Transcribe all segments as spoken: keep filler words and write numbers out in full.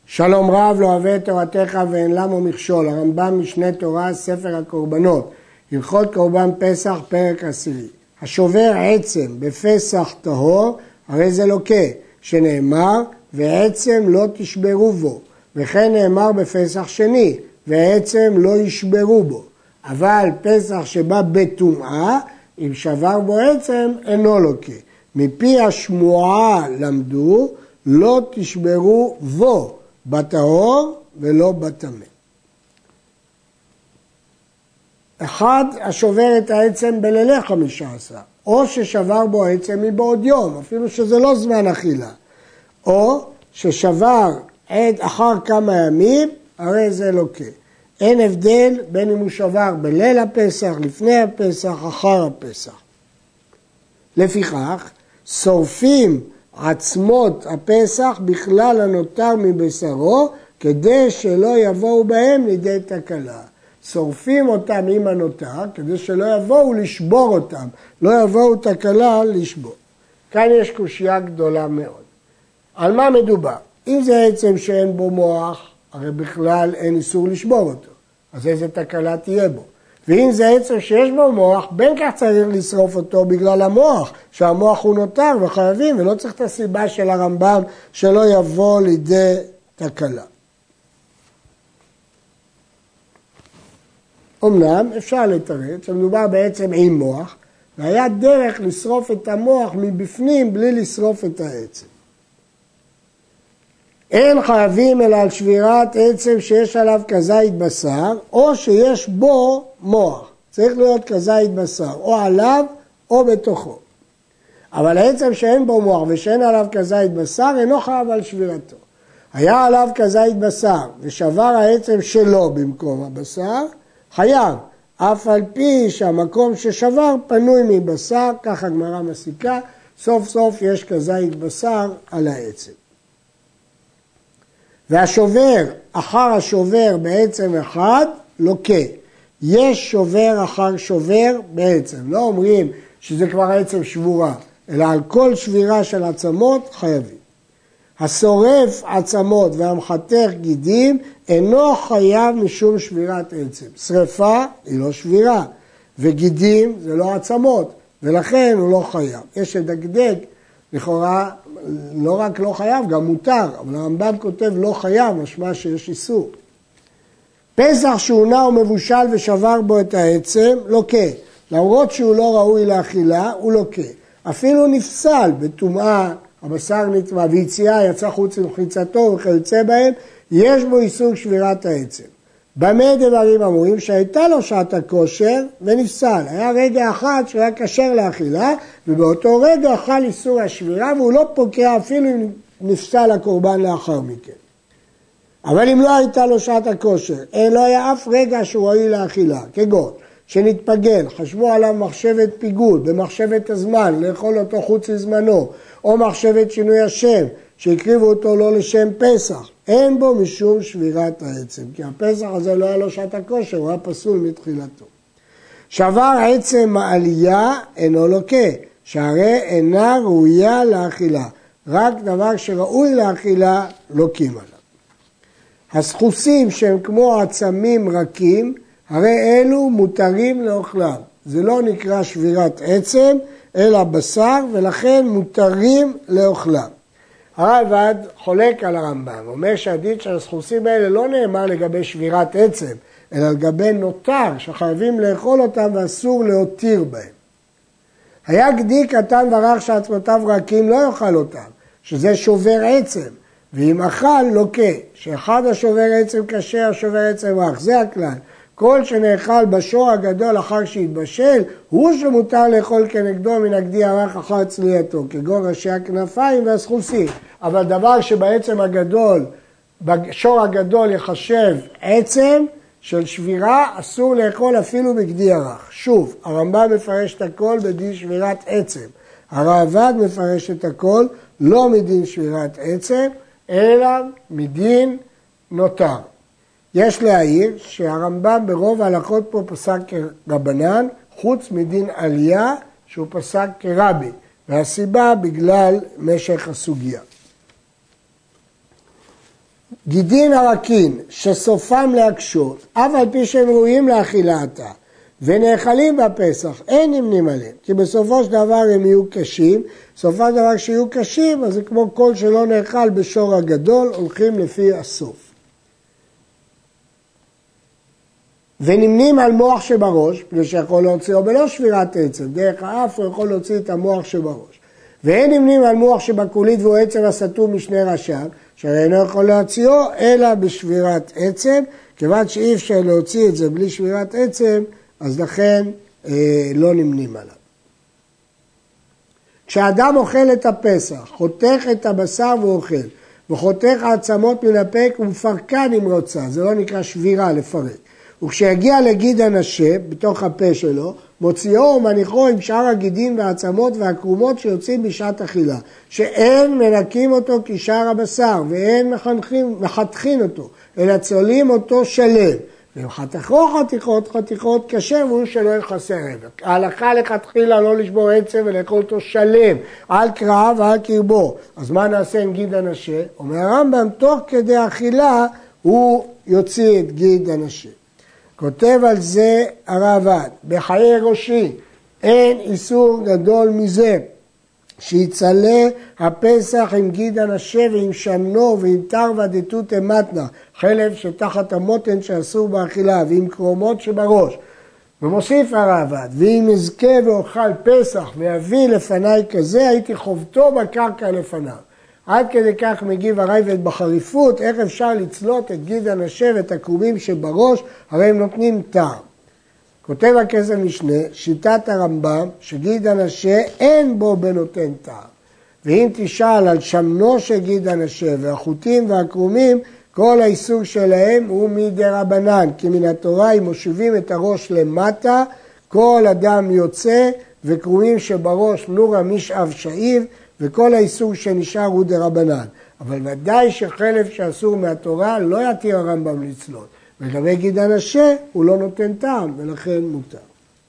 שלום רב לא אוהב את תורתך ואין למו מכשול, הרמב"ם משנה תורה, ספר הקורבנות, הלכות קורבן פסח, פרק עשירי. השובר עצם בפסח טהור, הרי זה לוקה, שנאמר, ועצם לא תשברו בו, וכן נאמר בפסח שני, ועצם לא ישברו בו. אבל פסח שבא בטומאה, אם שבר בו עצם, אינו לוקה. מפי השמועה למדו, לא תשברו בו, בטהור ולא בטמא. אחד השובר את העצם בלילה חמישה עשר, או ששבר בו העצם מבעוד יום, אפילו שזה לא זמן אכילה, או ששבר עד אחר כמה ימים, הרי זה לוקה. אין הבדל בין אם הוא שבר בליל הפסח, לפני הפסח, אחר הפסח. לפיכך, שורפים עצמות הפסח בכלל הנותר מבשרו, כדי שלא יבואו בהם לידי תקלה. שורפים אותם עם הנותר, כדי שלא יבואו לשבור אותם, לא יבואו תקלה לשבור. כאן יש קושיה גדולה מאוד. על מה מדובר? אם זה עצם שאין בו מוח, הרי בכלל אין איסור לשבור אותו, אז איזה תקלה תהיה בו. ואם זה עצם שיש בו מוח, בין כך צריך לשרוף אותו בגלל המוח, שהמוח הוא נותר וחייבים, ולא צריך את הסיבה של הרמב"ם שלא יבוא לידי תקלה. אמנם אפשר לתרץ שמדובר בעצם עם מוח, והיה דרך לשרוף את המוח מבפנים בלי לשרוף את העצם. אין חייבים אלא על שבירת עצם שיש עליו כזית בשר, או שיש בו מוח. צריך להיות כזית בשר, או עליו או בתוכו. אבל העצם שאין בו מוח ושאין עליו כזית בשר, אינו חייב על שבירתו. היה עליו כזית בשר, ושבר העצם שלו במקום הבשר, חייב. אף על פי שהמקום ששבר פנוי מבשר, כך הגמרא מסיקה, סוף סוף יש כזית בשר על העצם. והשובר אחר השובר בעצם אחד לוקה. יש שובר אחר שובר בעצם. לא אומרים שזה כבר עצם שבורה, אלא על כל שבירה של עצמות חייבים. השורף עצמות והמחתך גידים אינו חייב משום שבירת עצם. שריפה היא לא שבירה, וגידים זה לא עצמות, ולכן הוא לא חייב. יש לדקדק, לכאורה לא רק לא חייב, גם מותר, אבל הרמב"ם כותב לא חייב, משמע שיש איסור. פסח שהונה ומבושל ושבר בו את העצם, לוקה. למרות שהוא לא ראוי לאכילה, הוא לוקה. אפילו נפסל בטומאה, הבשר נטמא ויציאה, יצא חוץ למחיצתו וכיוצא בהם, יש בו איסור שבירת העצם. במה דברים אמורים? שהייתה לו שעת הכושר ונפסל. היה רגע אחד שהיה כשר לאכילה, ובאותו רגע אכל איסור השבירה, והוא לא פוקע אפילו אם נפסל הקורבן לאחר מכן. אבל אם לא הייתה לו שעת הכושר, לא היה אף רגע שהוא ראוי לאכילה, כגון שנתפגל, חשבו עליו מחשבת פיגול, במחשבת הזמן, לאכול אותו חוץ לזמנו, או מחשבת שינוי השם, שהקריבו אותו לא לשם פסח, אין בו משום שבירת העצם, כי הפסח הזה לא היה לו שעת הכושר, הוא היה פסול מתחילתו. שבר עצם העלייה אינו לוקה, שהרי אינה ראויה לאכילה, רק דבר שראוי לאכילה לוקים עליו. הסחוסים שהם כמו עצמים רכים, הרי אלו מותרים לאוכלם. זה לא נקרא שבירת עצם, אלא בשר, ולכן מותרים לאוכלם. הרלב"ד חולק על הרמב"ם, אומר שהדין של הסחוסים האלה לא נאמר לגבי שבירת עצם, אלא לגבי נותר שחייבים לאכול אותם ואסור להותיר בהם. היה גדי קטן ורך שעצמותיו רכים לא יאכל אותם, שזה שובר עצם, ואם אכל לוקה, שאחד השובר עצם קשה, השובר עצם רך, זה הכלל. כל שנאכל בשור הגדול אחר שהתבשל, הוא שמותר לאכול כנגדו מן הגדי הרך אחר צלייתו, כגון ראשי הכנפיים והסחוסים. אבל דבר שבעצם הגדול, בשור הגדול יחשב עצם של שבירה, אסור לאכול אפילו בגדי הרך. שוב, הרמב"ם מפרש את הכל בדין שבירת עצם. הרעב"ד מפרש את הכל לא מדין שבירת עצם, אלא מדין נותר. יש להעיר שהרמב"ם ברוב ההלכות פה פסק כרבנן, חוץ מדין עלייה שהוא פסק כרבי, והסיבה בגלל משך הסוגיה. גידין הרקין שסופם להקשות, אף על פי שהם ראויים לאכילתה, ונאכלים בפסח, אין נמנים עליהם, כי בסופו של דבר הם יהיו קשים, בסופו של דבר שיהיו קשים, אז זה כמו כל שלא נאכל בשור הגדול, הולכים לפי הסוף. ונמנים על מוח שבראש, כדי שיכול להוציאו בלא שבירת עצם, דרך האף הוא יכול להוציא את המוח שבראש. ואין נמנים על מוח שבקולית והוא עצם הסתום משני ראשיו, שהרי אינו יכול להוציאו אלא בשבירת עצם, כיוון שאי אפשר להוציא את זה בלי שבירת עצם, אז לכן אה, לא נמנים עליו. כשאדם אוכל את הפסח, חותך את הבשר ואוכל, וחותך העצמות מן הפק ומפרקן אם רוצה, זה לא נקרא שבירה, לפרק. וכשיגיע לגיד הנשה, בתוך הפה שלו, מוציאו ומניחו עם שאר הגידים והעצמות והקרומות שיוצאים בשעת אכילה, שאין מנקים אותו כשאר הבשר, ואין מחנכים, מחתכים אותו, אלא צולים אותו שלם. ואם חתכו חתיכות, חתיכות קשה, והוא שלא יחסר רבע. ההלכה לכתחילה לא לשבור עצם ולאכול אותו שלם, על קרעיו ועל קרבו. אז מה נעשה עם גיד הנשה? אומר הרמב"ם, תוך כדי אכילה הוא יוציא את גיד הנשה. כותב על זה הרעב"ד, בחיי ראשי אין איסור גדול מזה, שיצלה הפסח עם גיד הנשה ועם שמנו ועם תרווה דתותא מתנא, חלב שתחת המותן שאסור באכילה, ועם קרומות שבראש. ומוסיף הרעב"ד, ואם יזכה ואוכל פסח ויביא לפניי כזה, הייתי חובטו בקרקע לפניו. עד כדי כך מגיב הרייבד בחריפות, איך אפשר לצלות את גיד הנשה ואת הקרומים שבראש, הרי הם נותנים טעם. כותב הכסף משנה, שיטת הרמב"ם, שגיד הנשה אין בו בנותן טעם. ואם תשאל על שמנו של גיד הנשה והחוטים והקרומים, כל האיסור שלהם הוא מדרבנן, כי מן התורה אם מושיבים את הראש למטה, כל אדם יוצא, וקרומים שבראש נורא משאב שאיב, וכל האיסור שנשאר הוא דרבנן. אבל ודאי שחלב שאסור מהתורה לא יתיר הרמב"ם לצלות. ולגבי גיד הנשה הוא לא נותן טעם, ולכן מותר.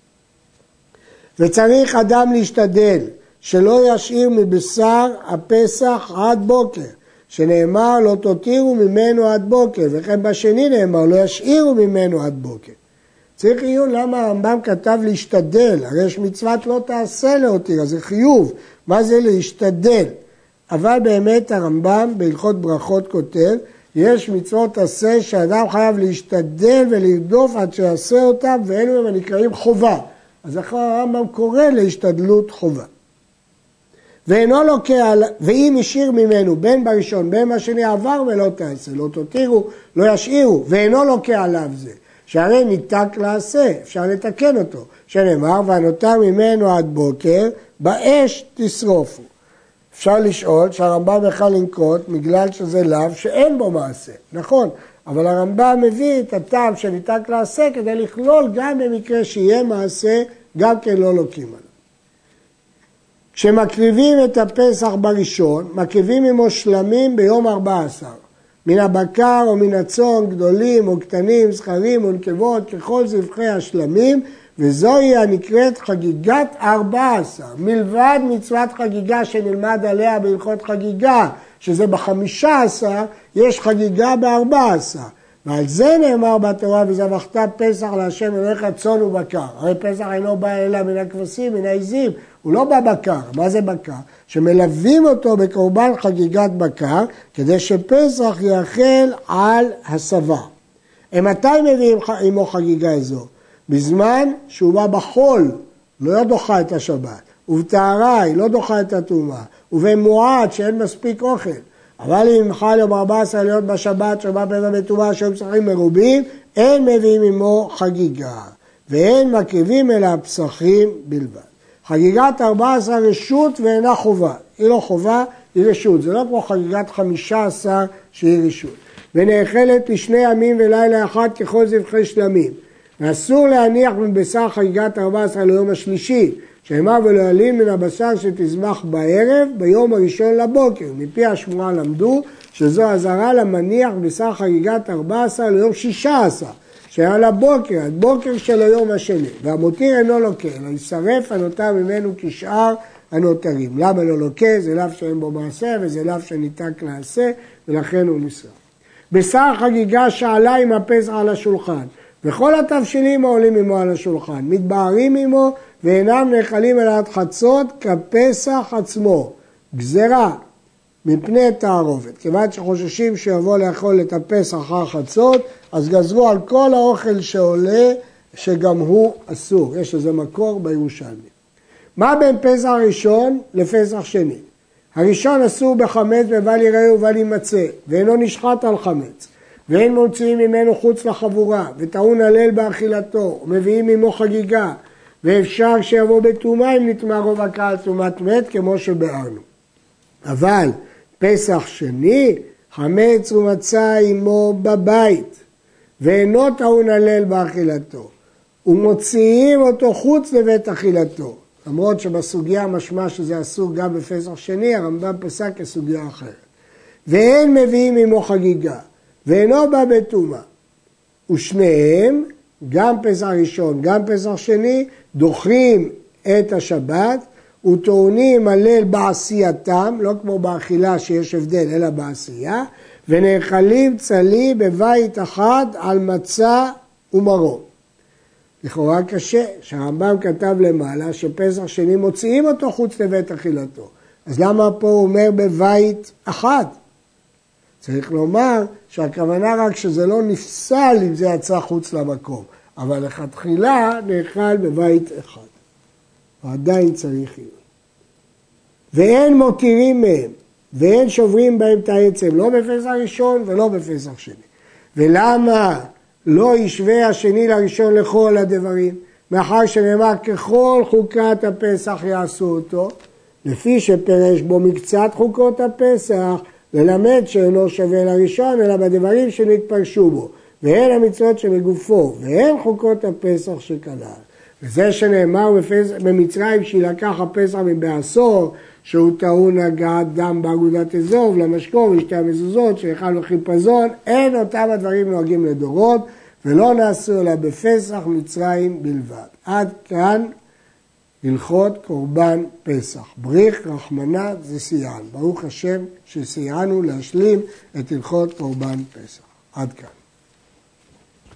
וצריך אדם להשתדל שלא ישאיר מבשר הפסח עד בוקר, שנאמר לא תותירו ממנו עד בוקר, וכן בשני נאמר לא ישאירו ממנו עד בוקר. צריך עיון למה הרמב"ם כתב להשתדל, הרי יש מצוות לא תעשה להותיר, אז זה חיוב, מה זה להשתדל? אבל באמת הרמב"ם בהלכות ברכות כותב, יש מצוות עשה שאדם חייב להשתדל ולרדוף עד שיעשה אותם, ואלו הם נקראים חובה. אז אחר הרמב"ם קורא להשתדלות חובה. ואינו לוקח, ואם השאיר ממנו בין בראשון בין בשני עבר ולא תעשה, לא תותירו, לא ישאירו, ואינו לוקח עליו זה. שהרי ניתק לעשה, אפשר לתקן אותו, שנאמר, והנותר ממנו עד בוקר, באש תשרופו. אפשר לשאול שהרמב"ם יכול לנקוט, בגלל שזה לאו שאין בו מעשה, נכון, אבל הרמב"ם מביא את הטעם שניתק לעשה, כדי לכלול גם במקרה שיהיה מעשה, גם כן לא לוקים עליו. כשמקריבים את הפסח בראשון, מקריבים עמו שלמים ביום ארבע עשר. מן הבקר או מן הצאן, גדולים או קטנים, זכרים או נקבות, ככל זבחי השלמים, וזוהי הנקראת חגיגת ארבע עשר. מלבד מצוות חגיגה שנלמד עליה בהלכות חגיגה, שזה בחמישה עשר, יש חגיגה בארבע עשר. ועל זה נאמר בתורה, וזבחת פסח להשם אלוהיך צאן ובקר. הרי פסח אינו בא אלא מן הכבשים, מן העזים, הוא לא בבקר. מה זה בקר? שמלווים אותו בקורבן חגיגת בקר, כדי שפסח יאכל על הסבה. מתי מביאים עמו חגיגה זו? בזמן שהוא בא בחול, לא דוחה את השבת, ובטהרה היא לא דוחה את הטומאה, ובמועד שאין מספיק אוכל. אבל אם חל יום ארבע עשר להיות בשבת, שבא פסח בטומאה, שהם פסחים מרובים, אין מביאים עמו חגיגה, ואין מקריבים אלא הפסחים בלבד. חגיגת ארבע עשר רשות ואינה חובה. היא לא חובה, היא רשות. זה לא כמו חגיגת חמישה עשר שהיא רשות. ונאכלת לשני ימים ולילה אחד ככל זבחי שלמים. ואסור להניח מבשר חגיגת ארבע עשר ליום השלישי, שאמר ולא ילין מן הבשר שתזמח בערב ביום הראשון לבוקר. מפי השמועה למדו שזו הזרה למניח בשר חגיגת ארבע עשר ליום שישה עשר. שהיה לבוקר, עד בוקר של היום השני, והמותיר אינו לוקה, אלא ישרף הנותר ממנו כשאר הנותרים. למה לא לוקה? זה לאו שאין בו מעשה, וזה לאו שניתק לעשה, ולכן הוא נשרף. בשר חגיגה שעלה עם הפסח על השולחן, וכל התבשילים העולים עמו על השולחן, מתבהרים עמו ואינם נאכלים אלא עד חצות כפסח עצמו. גזרה מפני תערובת. כיוון שחוששים שיבוא לאכול את הפסח אחר חצות, אז גזרו על כל האוכל שעולה שגם הוא אסור. יש לזה מקור בירושלמי. מה בין פסח ראשון לפסח שני? הראשון אסור בחמץ ובל יראה ובל יימצא, ואינו נשחט על חמץ, ואין מוציאים ממנו חוץ לחבורה, וטעון הלל באכילתו, ומביאים עמו חגיגה, ואפשר שיבוא בטומאה אם נטמא רוב הקהל טומאת מת, כמו שבארנו. אבל פסח שני, חמץ ומצה עמו בבית, ואינו טעון הלל באכילתו, ומוציאים אותו חוץ לבית אכילתו. למרות שבסוגיה משמע שזה אסור גם בפסח שני, הרמב"ם פסק כסוגיה אחרת. ואין מביאים עמו חגיגה, ואינו בא בטומאה. ושניהם, גם פסח ראשון, גם פסח שני, דוחים את השבת, וטעונים הלל בעשייתם, לא כמו באכילה שיש הבדל, אלא בעשייה, ונאכלים צלי בבית אחד על מצה ומרור. לכאורה קשה, שהרמב"ם כתב למעלה שפסח שני מוציאים אותו חוץ לבית אכילתו. אז למה פה הוא אומר בבית אחד? צריך לומר שהכוונה רק שזה לא נפסל אם זה יצא חוץ למקום, אבל לכתחילה נאכל בבית אחד. ועדיין צריך להיות. ואין מותירים מהם, ואין שוברים בהם את העצם, לא בפסח ראשון ולא בפסח שני. ולמה לא ישווה השני לראשון לכל הדברים? מאחר שנאמר ככל חוקת הפסח יעשו אותו, לפי שפרש בו מקצת חוקות הפסח, ללמד שאינו שווה לראשון, אלא בדברים שנתפרשו בו, והן המצוות שמגופו, והן חוקות הפסח שכלל. וזה שנאמר במצרים שילקח הפסח מבעשור, שהוא טעון הגעת דם באגודת אזוב, למשקור ושתי המזוזות, שאכל וחיפזון, אין אותם הדברים נוהגים לדורות, ולא נעשו אלא בפסח מצרים בלבד. עד כאן הלכות קורבן פסח. בריך רחמנא דסייען. ברוך השם שסייענו להשלים את הלכות קורבן פסח. עד כאן.